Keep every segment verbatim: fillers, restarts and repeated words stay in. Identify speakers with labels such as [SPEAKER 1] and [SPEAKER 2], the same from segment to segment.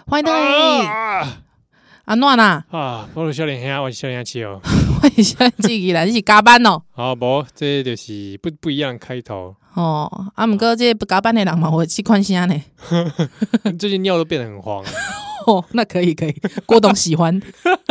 [SPEAKER 1] 欢迎登来。啊，安怎啦？
[SPEAKER 2] 啊，我是少年兄，我是少年七哦。
[SPEAKER 1] 我是少年七啦，你是加班哦？
[SPEAKER 2] 好，无，这就是不不一样的开头
[SPEAKER 1] 哦。啊，毋过这不加班的人嘛，我这款声呢。
[SPEAKER 2] 最近尿都变得很黄。
[SPEAKER 1] 哦，那可以可以，郭董喜欢。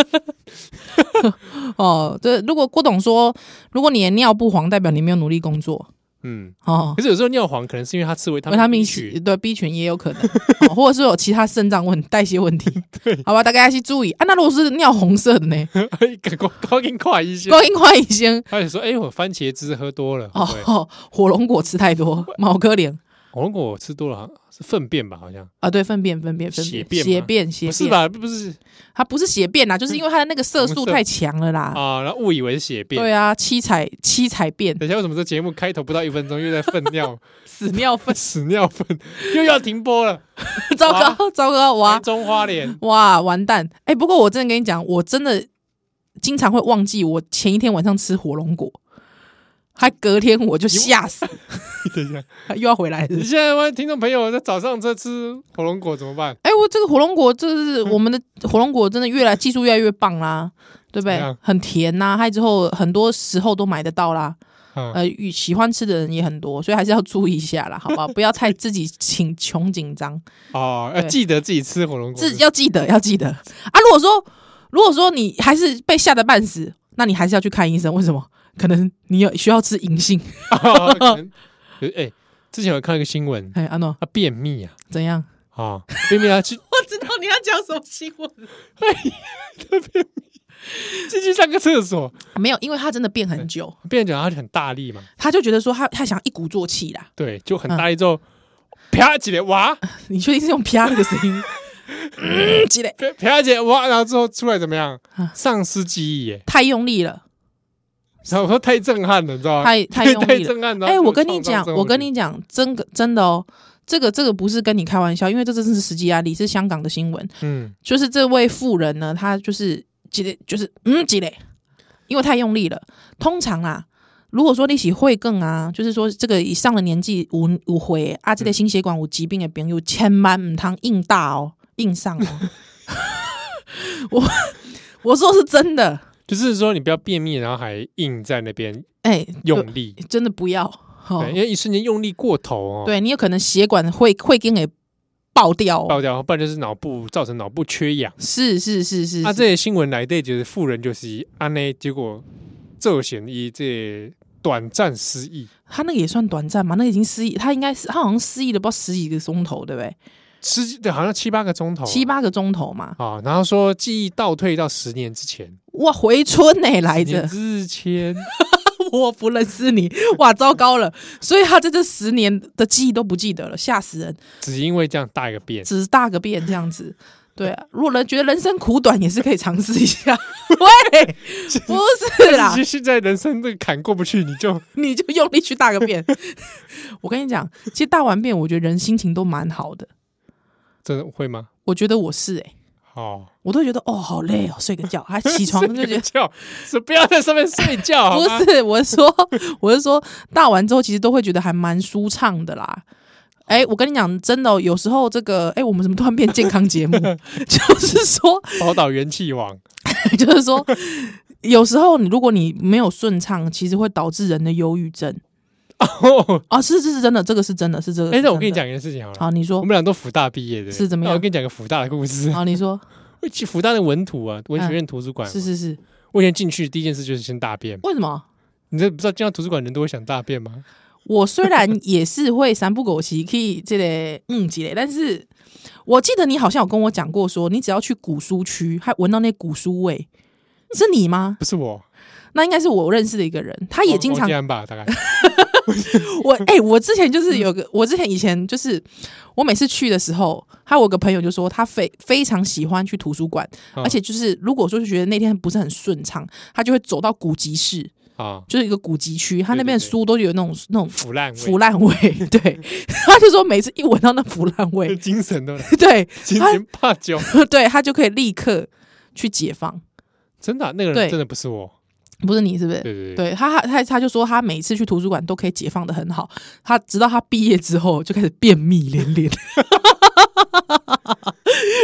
[SPEAKER 1] 哦，对，如果郭董说，如果你的尿不黄，代表你没有努力工作。
[SPEAKER 2] 嗯，
[SPEAKER 1] 哦，
[SPEAKER 2] 可是有时候尿黄可能是因为他吃维他
[SPEAKER 1] 维他命
[SPEAKER 2] C，
[SPEAKER 1] 对 B 群也有可能，哦、或者是有其他肾脏问代谢问题。对，好吧，大家要去注意啊。那如果是尿红色的呢？
[SPEAKER 2] 高高音快一些，
[SPEAKER 1] 高音快一些。
[SPEAKER 2] 他就说：“哎、欸，我番茄汁喝多了。哦”
[SPEAKER 1] 哦，火龙果吃太多，毛可怜。
[SPEAKER 2] 火龙果吃多了是粪便吧？好像
[SPEAKER 1] 啊，对，粪便、粪便、粪
[SPEAKER 2] 便、血便、
[SPEAKER 1] 血便、血便，
[SPEAKER 2] 不是吧？不是，
[SPEAKER 1] 它不是血便啦，就是因为它的那个色素太强了啦。
[SPEAKER 2] 啊，然后误以为是血便。
[SPEAKER 1] 对啊，七彩七彩便。
[SPEAKER 2] 等一下，为什么这节目开头不到一分钟又在粪尿、
[SPEAKER 1] 屎尿粪、
[SPEAKER 2] 屎尿粪又要停播了？
[SPEAKER 1] 糟糕，糟糕！哇，
[SPEAKER 2] 中花莲，
[SPEAKER 1] 哇，完蛋！哎、欸，不过我真的跟你讲，我真的经常会忘记我前一天晚上吃火龙果。还隔天我就吓死，
[SPEAKER 2] 等一下
[SPEAKER 1] 又要回来了。
[SPEAKER 2] 你现在听众朋友在早上在吃火龙果怎么办？
[SPEAKER 1] 哎、欸，我这个火龙果，这是我们的火龙果，真的越来技术越来越棒啦，对不对？很甜呐、啊，还之后很多时候都买得到啦。嗯、呃，喜欢吃的人也很多，所以还是要注意一下啦，好不好？不要太自己紧穷紧张
[SPEAKER 2] 哦，要记得自己吃火龙果，
[SPEAKER 1] 自要记得要记得啊！如果说如果说你还是被吓得半死，那你还是要去看医生，为什么？可能你有需要吃银杏，
[SPEAKER 2] 哦，可能哎、欸，之前有看一个新闻，
[SPEAKER 1] 哎，安诺
[SPEAKER 2] 他便秘啊，
[SPEAKER 1] 怎样
[SPEAKER 2] 啊、哦？便秘啊，去
[SPEAKER 1] 我知道你要讲什么新闻，
[SPEAKER 2] 哎，他便秘，进去上个厕所
[SPEAKER 1] 没有，因为他真的便很久，
[SPEAKER 2] 便很久，他就很大力嘛，
[SPEAKER 1] 他就觉得说他他想一鼓作气啦，
[SPEAKER 2] 对，就很大力之后，嗯、啪起来哇！
[SPEAKER 1] 你确定是用啪那个声音？嗯，起来
[SPEAKER 2] 啪啪起来哇！然后之后出来怎么样？丧失记忆耶，
[SPEAKER 1] 太用力了。
[SPEAKER 2] 然后太震撼了，你知道吗？
[SPEAKER 1] 太太用力了，
[SPEAKER 2] 太震撼了。
[SPEAKER 1] 哎、欸，我跟你讲，我跟你讲，真的真的哦，这个这个不是跟你开玩笑，因为这真是实际案例，是香港的新闻。嗯，就是这位妇人呢，她就是积累，就是嗯积累，因为太用力了。通常啊，如果说你是会更啊，就是说这个以上了年纪有有会啊，这个心血管有疾病的朋友，千万唔通硬大哦，硬上哦。我我说是真的。
[SPEAKER 2] 就是说，你不要便秘，然后还硬在那边，
[SPEAKER 1] 哎，
[SPEAKER 2] 用力，
[SPEAKER 1] 真的不要，
[SPEAKER 2] 哦、对，因为一瞬间用力过头哦，
[SPEAKER 1] 对你有可能血管会会给给爆掉、哦，
[SPEAKER 2] 爆掉，不然就是脑部造成脑部缺氧。
[SPEAKER 1] 是是是是，
[SPEAKER 2] 啊，这些新闻来的就是妇人就是安内，结果骤显一这短暂失忆，
[SPEAKER 1] 他那个也算短暂嘛？那个已经失忆，他应该是他好像失忆了，不知道十几个钟头，对不对？
[SPEAKER 2] 失对，好像七八个钟头、啊，
[SPEAKER 1] 七八个钟头嘛。
[SPEAKER 2] 啊，然后说记忆倒退到十年之前，
[SPEAKER 1] 哇，回春呢、欸、来着，
[SPEAKER 2] 之前
[SPEAKER 1] 我不认识你，哇，糟糕了！所以他在这十年的记忆都不记得了，吓死人！
[SPEAKER 2] 只因为这样大一个便，
[SPEAKER 1] 只是大个便这样子。对啊，如果人觉得人生苦短，也是可以尝试一下。喂，不是啦，
[SPEAKER 2] 其实现在人生这个坎过不去，你就
[SPEAKER 1] 你就用力去大个便。我跟你讲，其实大完便，我觉得人心情都蛮好的。
[SPEAKER 2] 真的会吗？
[SPEAKER 1] 我觉得我是哎、欸，
[SPEAKER 2] 哦，
[SPEAKER 1] 我都觉得哦好累哦，睡个觉，还起床就觉得
[SPEAKER 2] 是不要在上面睡觉好吗？
[SPEAKER 1] 不是，我是说我是说大完之后，其实都会觉得还蛮舒畅的啦。哎、欸，我跟你讲，真的、哦，有时候这个哎、欸，我们怎么突然变健康节目？就是说
[SPEAKER 2] 宝岛元气王，
[SPEAKER 1] 就是说有时候你如果你没有顺畅，其实会导致人的忧郁症。哦，啊，是是是真的，这个是真的，是这个。
[SPEAKER 2] 哎、欸，那我跟你讲一件事情好了。
[SPEAKER 1] 好，你说。
[SPEAKER 2] 我们俩都辅大毕业的，
[SPEAKER 1] 是怎么样？
[SPEAKER 2] 我跟你讲个辅大的故事。
[SPEAKER 1] 好，你说。
[SPEAKER 2] 去辅大的文图啊，文学院图书馆、
[SPEAKER 1] 嗯。是是是。
[SPEAKER 2] 我以前进去第一件事就是先大便。
[SPEAKER 1] 为什么？
[SPEAKER 2] 你这不知道进到图书馆人都会想大便吗？
[SPEAKER 1] 我虽然也是会三不狗骑可以这类嗯之类，但是我记得你好像有跟我讲过说，你只要去古书区，还闻到那古书味，是你吗？
[SPEAKER 2] 不是我，
[SPEAKER 1] 那应该是我认识的一个人，他也经常
[SPEAKER 2] 吧，大概。
[SPEAKER 1] 我哎、欸，我之前就是有个，我之前以前就是我每次去的时候，还有我个朋友就说他非非常喜欢去图书馆，嗯、而且就是如果说是觉得那天不是很顺畅，他就会走到古籍室啊，就是一个古籍区，他那边的书都有那种那种
[SPEAKER 2] 腐烂
[SPEAKER 1] 腐烂味，对，他就说每次一闻到那腐烂味，
[SPEAKER 2] 精神都来，
[SPEAKER 1] 对，
[SPEAKER 2] 精神怕酒，
[SPEAKER 1] 对他就可以立刻去解放。
[SPEAKER 2] 真的、啊，那个人真的不是我。
[SPEAKER 1] 不是你是不是？
[SPEAKER 2] 对对
[SPEAKER 1] 对, 对他他他就说他每次去图书馆都可以解放的很好，他直到他毕业之后就开始便秘连连。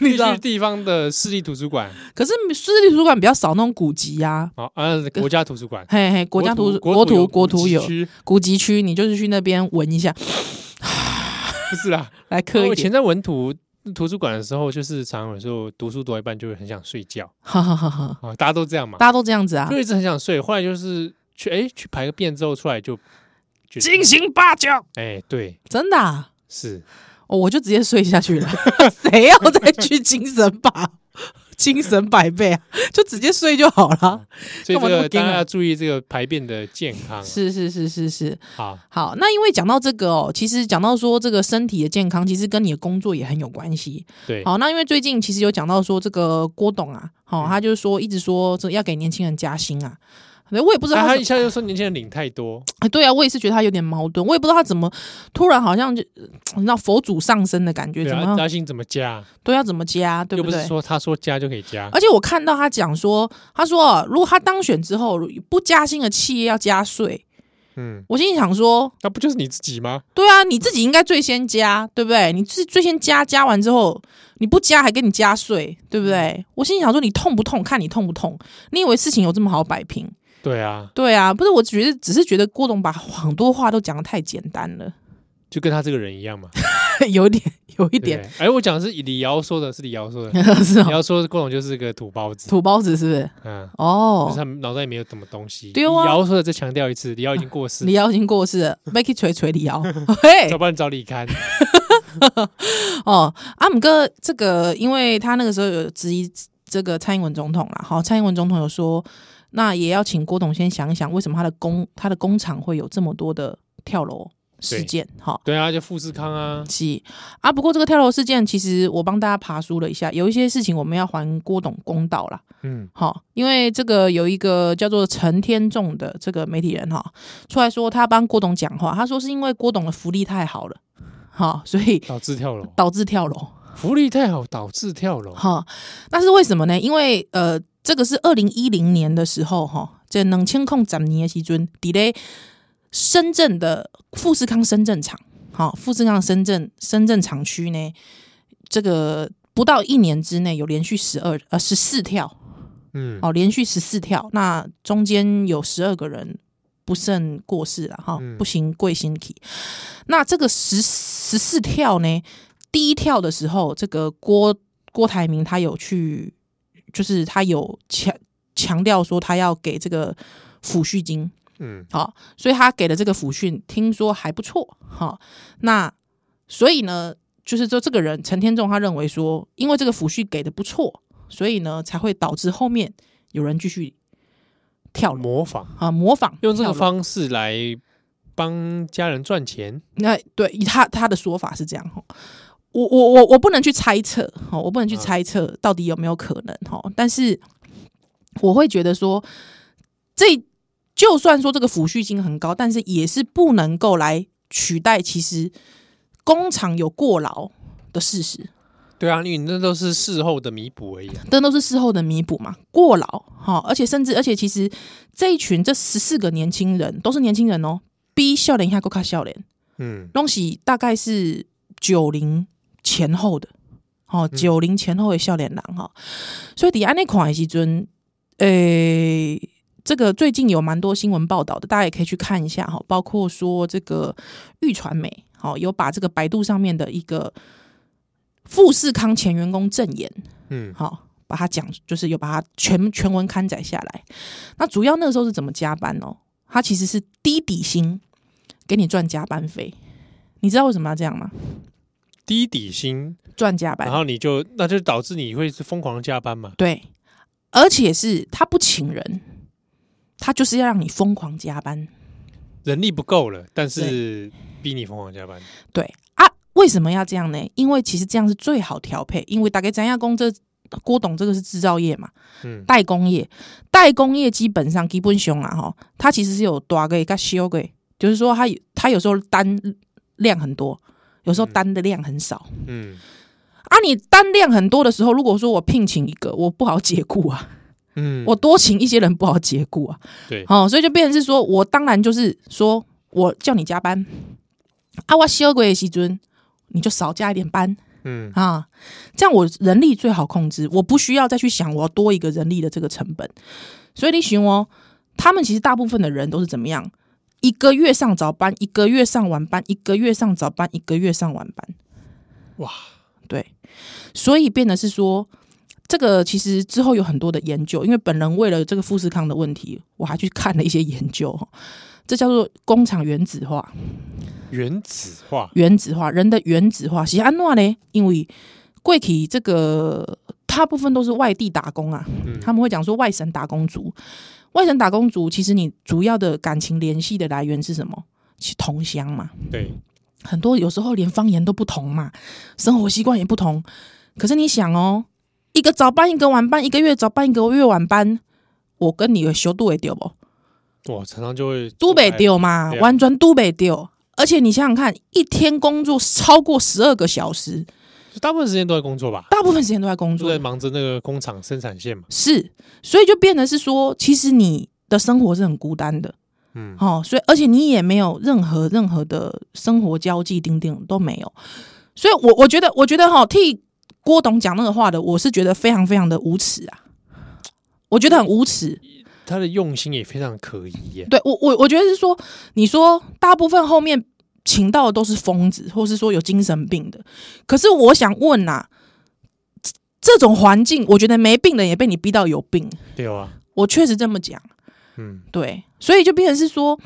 [SPEAKER 1] 你知道
[SPEAKER 2] 去地方的市立图书馆，
[SPEAKER 1] 可是市立图书馆比较少那种古籍啊。
[SPEAKER 2] 好啊，国家图书馆，
[SPEAKER 1] 嘿嘿，国家图国图国图有古籍区，你就是去那边闻一下。
[SPEAKER 2] 不是啦，
[SPEAKER 1] 来刻一点。
[SPEAKER 2] 我以前在文图图书馆的时候，就是常常有时候读书读到一半就会很想睡觉，
[SPEAKER 1] 哈哈哈哈，
[SPEAKER 2] 大家都这样嘛，
[SPEAKER 1] 大家都这样子啊，
[SPEAKER 2] 就一直很想睡。后来就是去哎去排个便之后出来就
[SPEAKER 1] 惊醒八觉，
[SPEAKER 2] 哎，对，
[SPEAKER 1] 真的啊，
[SPEAKER 2] 是，
[SPEAKER 1] 哦，我就直接睡下去了，谁要再去精神吧？精神百倍啊，就直接睡就好了。
[SPEAKER 2] 所以这个大家要注意这个排便的健康。
[SPEAKER 1] 是是是是是，
[SPEAKER 2] 好
[SPEAKER 1] 好。那因为讲到这个哦，其实讲到说这个身体的健康，其实跟你的工作也很有关系。
[SPEAKER 2] 对，
[SPEAKER 1] 好，那因为最近其实有讲到说这个郭董啊，好、哦，他就是说一直说这要给年轻人加薪啊。我也不知道 他,
[SPEAKER 2] 他一下就说年轻人领太多，
[SPEAKER 1] 哎，对啊，我也是觉得他有点矛盾，我也不知道他怎么突然好像就你知道佛祖上身的感觉，
[SPEAKER 2] 对啊，
[SPEAKER 1] 怎么
[SPEAKER 2] 加薪怎么加？
[SPEAKER 1] 对，要怎么加，对不对？
[SPEAKER 2] 又不是说他说加就可以加，
[SPEAKER 1] 而且我看到他讲说，他说如果他当选之后不加薪的企业要加税，嗯，我心里想说，
[SPEAKER 2] 那不就是你自己吗？
[SPEAKER 1] 对啊，你自己应该最先加，对不对？你是最先加，加完之后你不加还给你加税，对不对？我心里想说，你痛不痛？看你痛不痛？你以为事情有这么好摆平？
[SPEAKER 2] 对啊，
[SPEAKER 1] 对啊，不是，我觉得只是觉得郭董把很多话都讲得太简单了，
[SPEAKER 2] 就跟他这个人一样嘛，
[SPEAKER 1] 有一点，有一点。
[SPEAKER 2] 哎，我讲的是李瑶说的，是李瑶说的，
[SPEAKER 1] 是、哦、
[SPEAKER 2] 李瑶说郭董就是个土包子，
[SPEAKER 1] 土包子是不是？嗯，哦，
[SPEAKER 2] 就是他脑袋里没有什么东西。
[SPEAKER 1] 对啊，
[SPEAKER 2] 李瑶说的，再强调一次，李瑶已经过世，
[SPEAKER 1] 李瑶已经过世了 ，make it 锤锤李瑶，
[SPEAKER 2] 找不然找李刊。
[SPEAKER 1] 哦，阿姆哥，这个因为他那个时候有质疑这个蔡英文总统啦，好，蔡英文总统有说。那也要请郭董先想一想，为什么他的工他的工厂会有这么多的跳楼事件？哈，
[SPEAKER 2] 对啊，就富士康啊，
[SPEAKER 1] 是啊。不过这个跳楼事件，其实我帮大家爬梳了一下，有一些事情我们要还郭董公道啦。嗯，好，因为这个有一个叫做陈天仲的这个媒体人哈，出来说他帮郭董讲话，他说是因为郭董的福利太好了，好，所以
[SPEAKER 2] 导致跳楼，
[SPEAKER 1] 导致跳楼，
[SPEAKER 2] 福利太好导致跳楼。
[SPEAKER 1] 哈，那是为什么呢？因为呃。这个是二零一零年的时候，哈，这冷清控十年的时阵，在深圳的富士康深圳厂，好，富士康深圳深圳厂区呢，这个不到一年之内有连续十二呃十四跳，嗯，哦，连续十四跳，那中间有十二个人不慎过世了，哈，不行贵心体。那这个十十四跳呢，第一跳的时候，这个郭郭台铭他有去。就是他有强强调说他要给这个抚恤金，嗯，好，所以他给的这个抚恤听说还不错，好，那所以呢，就是说这个人陈天仲他认为说，因为这个抚恤给的不错，所以呢才会导致后面有人继续跳楼
[SPEAKER 2] 模仿
[SPEAKER 1] 啊，模仿
[SPEAKER 2] 用这个方式来帮家人赚钱。
[SPEAKER 1] 那对他他的说法是这样哈。我我我我不能去猜测，我不能去猜测到底有没有可能，但是我会觉得说，这就算说这个抚恤金很高，但是也是不能够来取代其实工厂有过劳的事实。
[SPEAKER 2] 对啊，因为那都是事后的弥补而已、啊，
[SPEAKER 1] 那都是事后的弥补嘛，过劳哈，而且甚至而且其实这一群这十四个年轻人都是年轻人哦，比少年还更加少年，嗯，东西大概是九零。前后的，哦，九零前后的少年人哈，所以底下那款的时阵，诶，这个最近有蛮多新闻报道的，大家也可以去看一下哈，包括说这个玉传媒，好有把这个百度上面的一个富士康前员工证言，嗯，好把它讲，就是有把它全全文刊载下来。那主要那个时候是怎么加班哦？它其实是低底薪给你赚加班费，你知道为什么要这样吗？
[SPEAKER 2] 低底薪
[SPEAKER 1] 赚加班，
[SPEAKER 2] 然后你就那就导致你会是疯狂的加班嘛？
[SPEAKER 1] 对，而且是他不请人，他就是要让你疯狂加班，
[SPEAKER 2] 人力不够了，但是逼你疯狂加班。
[SPEAKER 1] 对啊，为什么要这样呢？因为其实这样是最好调配，因为大概咱亚工这郭董这个是制造业嘛，嗯，代工业，代工业基本上基本上啊哈，它其实是有大个跟小个，就是说它它有时候单量很多。有时候单的量很少，嗯，啊，你单量很多的时候，如果说我聘请一个，我不好解雇啊，嗯，我多请一些人不好解雇啊，
[SPEAKER 2] 对，
[SPEAKER 1] 哦，所以就变成是说我当然就是说我叫你加班，啊，我小个的时阵你就少加一点班， 嗯啊，这样我人力最好控制，我不需要再去想我要多一个人力的这个成本。所以你想哦，他们其实大部分的人都是怎么样？一个月上早班，一个月上晚班，一个月上早班，一个月上晚班。
[SPEAKER 2] 哇，
[SPEAKER 1] 对，所以变得是说，这个其实之后有很多的研究，因为本人为了这个富士康的问题，我还去看了一些研究，这叫做工厂原子化。
[SPEAKER 2] 原子化，
[SPEAKER 1] 原子化，人的原子化是安怎呢？因为过去这个大部分都是外地打工啊，嗯、他们会讲说外省打工族。外省打工族，其实你主要的感情联系的来源是什么？是同乡嘛。
[SPEAKER 2] 对，
[SPEAKER 1] 很多有时候连方言都不同嘛，生活习惯也不同。可是你想哦，一个早班，一个晚班，一个月早班，一个月晚班，我跟你的修度会丢不？
[SPEAKER 2] 哇，常常就会
[SPEAKER 1] 都不丢嘛，啊、完全都不丢。而且你想想看，一天工作超过十二个小时，
[SPEAKER 2] 大部分时间都在工作吧？
[SPEAKER 1] 大部分时间都在工作，
[SPEAKER 2] 都在忙着那个工厂生产线嘛。
[SPEAKER 1] 是，所以就变得是说，其实你的生活是很孤单的，嗯，哦，所以而且你也没有任何任何的生活交际，丁丁都没有。所以我我觉得，我觉得哈、哦，替郭董讲那个话的，我是觉得非常非常的无耻啊，我觉得很无耻。
[SPEAKER 2] 他的用心也非常可疑耶。
[SPEAKER 1] 对我我我觉得是说，你说大部分后面请到的都是疯子，或是说有精神病的。可是我想问啊，这种环境，我觉得没病的也被你逼到有病。
[SPEAKER 2] 对啊，
[SPEAKER 1] 我确实这么讲。嗯，对，所以就变成是说，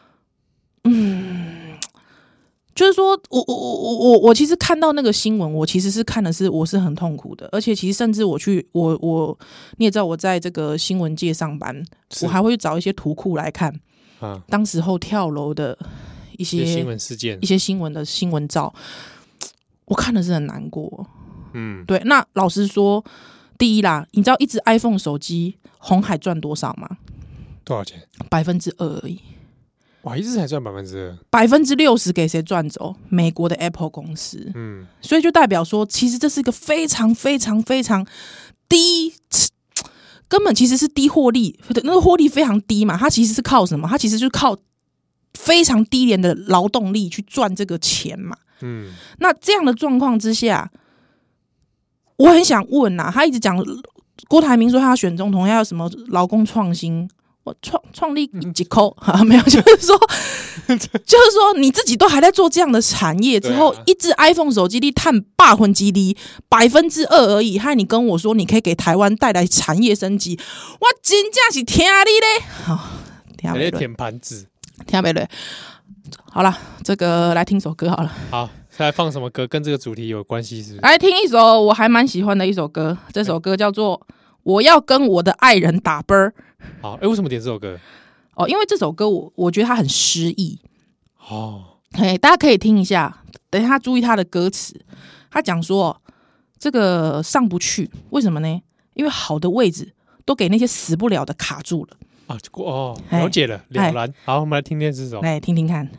[SPEAKER 1] 嗯，就是说我我我我我其实看到那个新闻，我其实是看的是我是很痛苦的，而且其实甚至我去我我你也知道我在这个新闻界上班，我还会去找一些图库来看啊，当时候跳楼的一些
[SPEAKER 2] 新闻事件，
[SPEAKER 1] 一些新闻的新闻照，我看的是很难过。嗯，对。那老实说，第一啦，你知道一只 iPhone 手机鸿海赚多少吗？
[SPEAKER 2] 多少钱？
[SPEAKER 1] 百分之二而已。
[SPEAKER 2] 哇，一直才赚百分之二，
[SPEAKER 1] 百分之六十给谁赚走？美国的 Apple 公司。嗯，所以就代表说，其实这是一个非常非常非常低，根本其实是低获利，那个获利非常低嘛。它其实是靠什么？它其实就是靠非常低廉的劳动力去赚这个钱嘛。嗯，那这样的状况之下，我很想问啊，他一直讲郭台铭说他要选总统，要有什么劳工创新。我创创立几口、嗯啊、没有，就是说，就是说，你自己都还在做这样的产业之后，啊、一只 iPhone 手机的碳八分之二，百分之二而已，害你跟我说你可以给台湾带来产业升级，我真正是听你嘞，好，听不
[SPEAKER 2] 懂，舔盘子，
[SPEAKER 1] 听不懂。好了，这个来听首歌好了。
[SPEAKER 2] 好，现在放什么歌？跟这个主题有关系是不是？
[SPEAKER 1] 来听一首我还蛮喜欢的一首歌，这首歌叫做《我要跟我的爱人打啵儿》。
[SPEAKER 2] 好，哎、欸，为什么点这首歌？
[SPEAKER 1] 哦，因为这首歌我我觉得它很诗意哦，嘿，大家可以听一下，等一下注意它的歌词。他讲说这个上不去，为什么呢？因为好的位置都给那些死不了的卡住了
[SPEAKER 2] 啊！哦，了解了，了然。好，我们来听听这首，
[SPEAKER 1] 来听听看。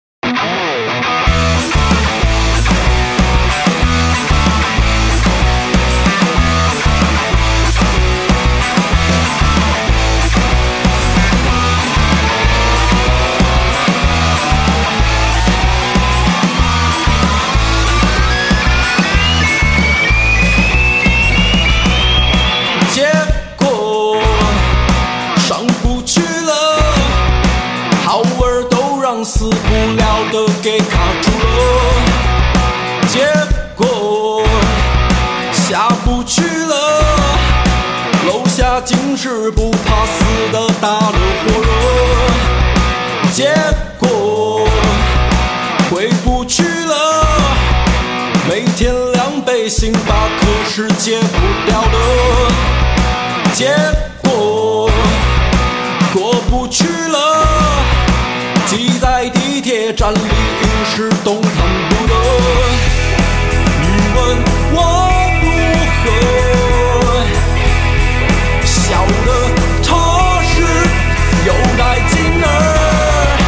[SPEAKER 3] 死不了的给卡住了，结果下不去了，楼下竟是不怕死的打了火热，结果回不去了，每天两杯星巴克是戒不掉的，结果过不去了，挤在地铁站里硬是动弹不得，你问我如何，笑得踏实又带劲儿，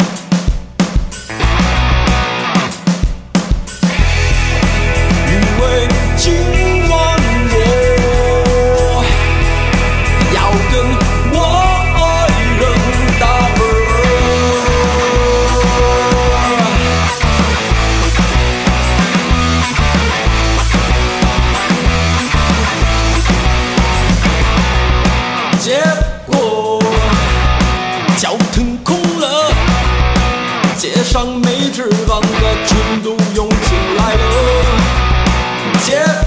[SPEAKER 3] 因为今晚我要跟我爱人打啵儿。 结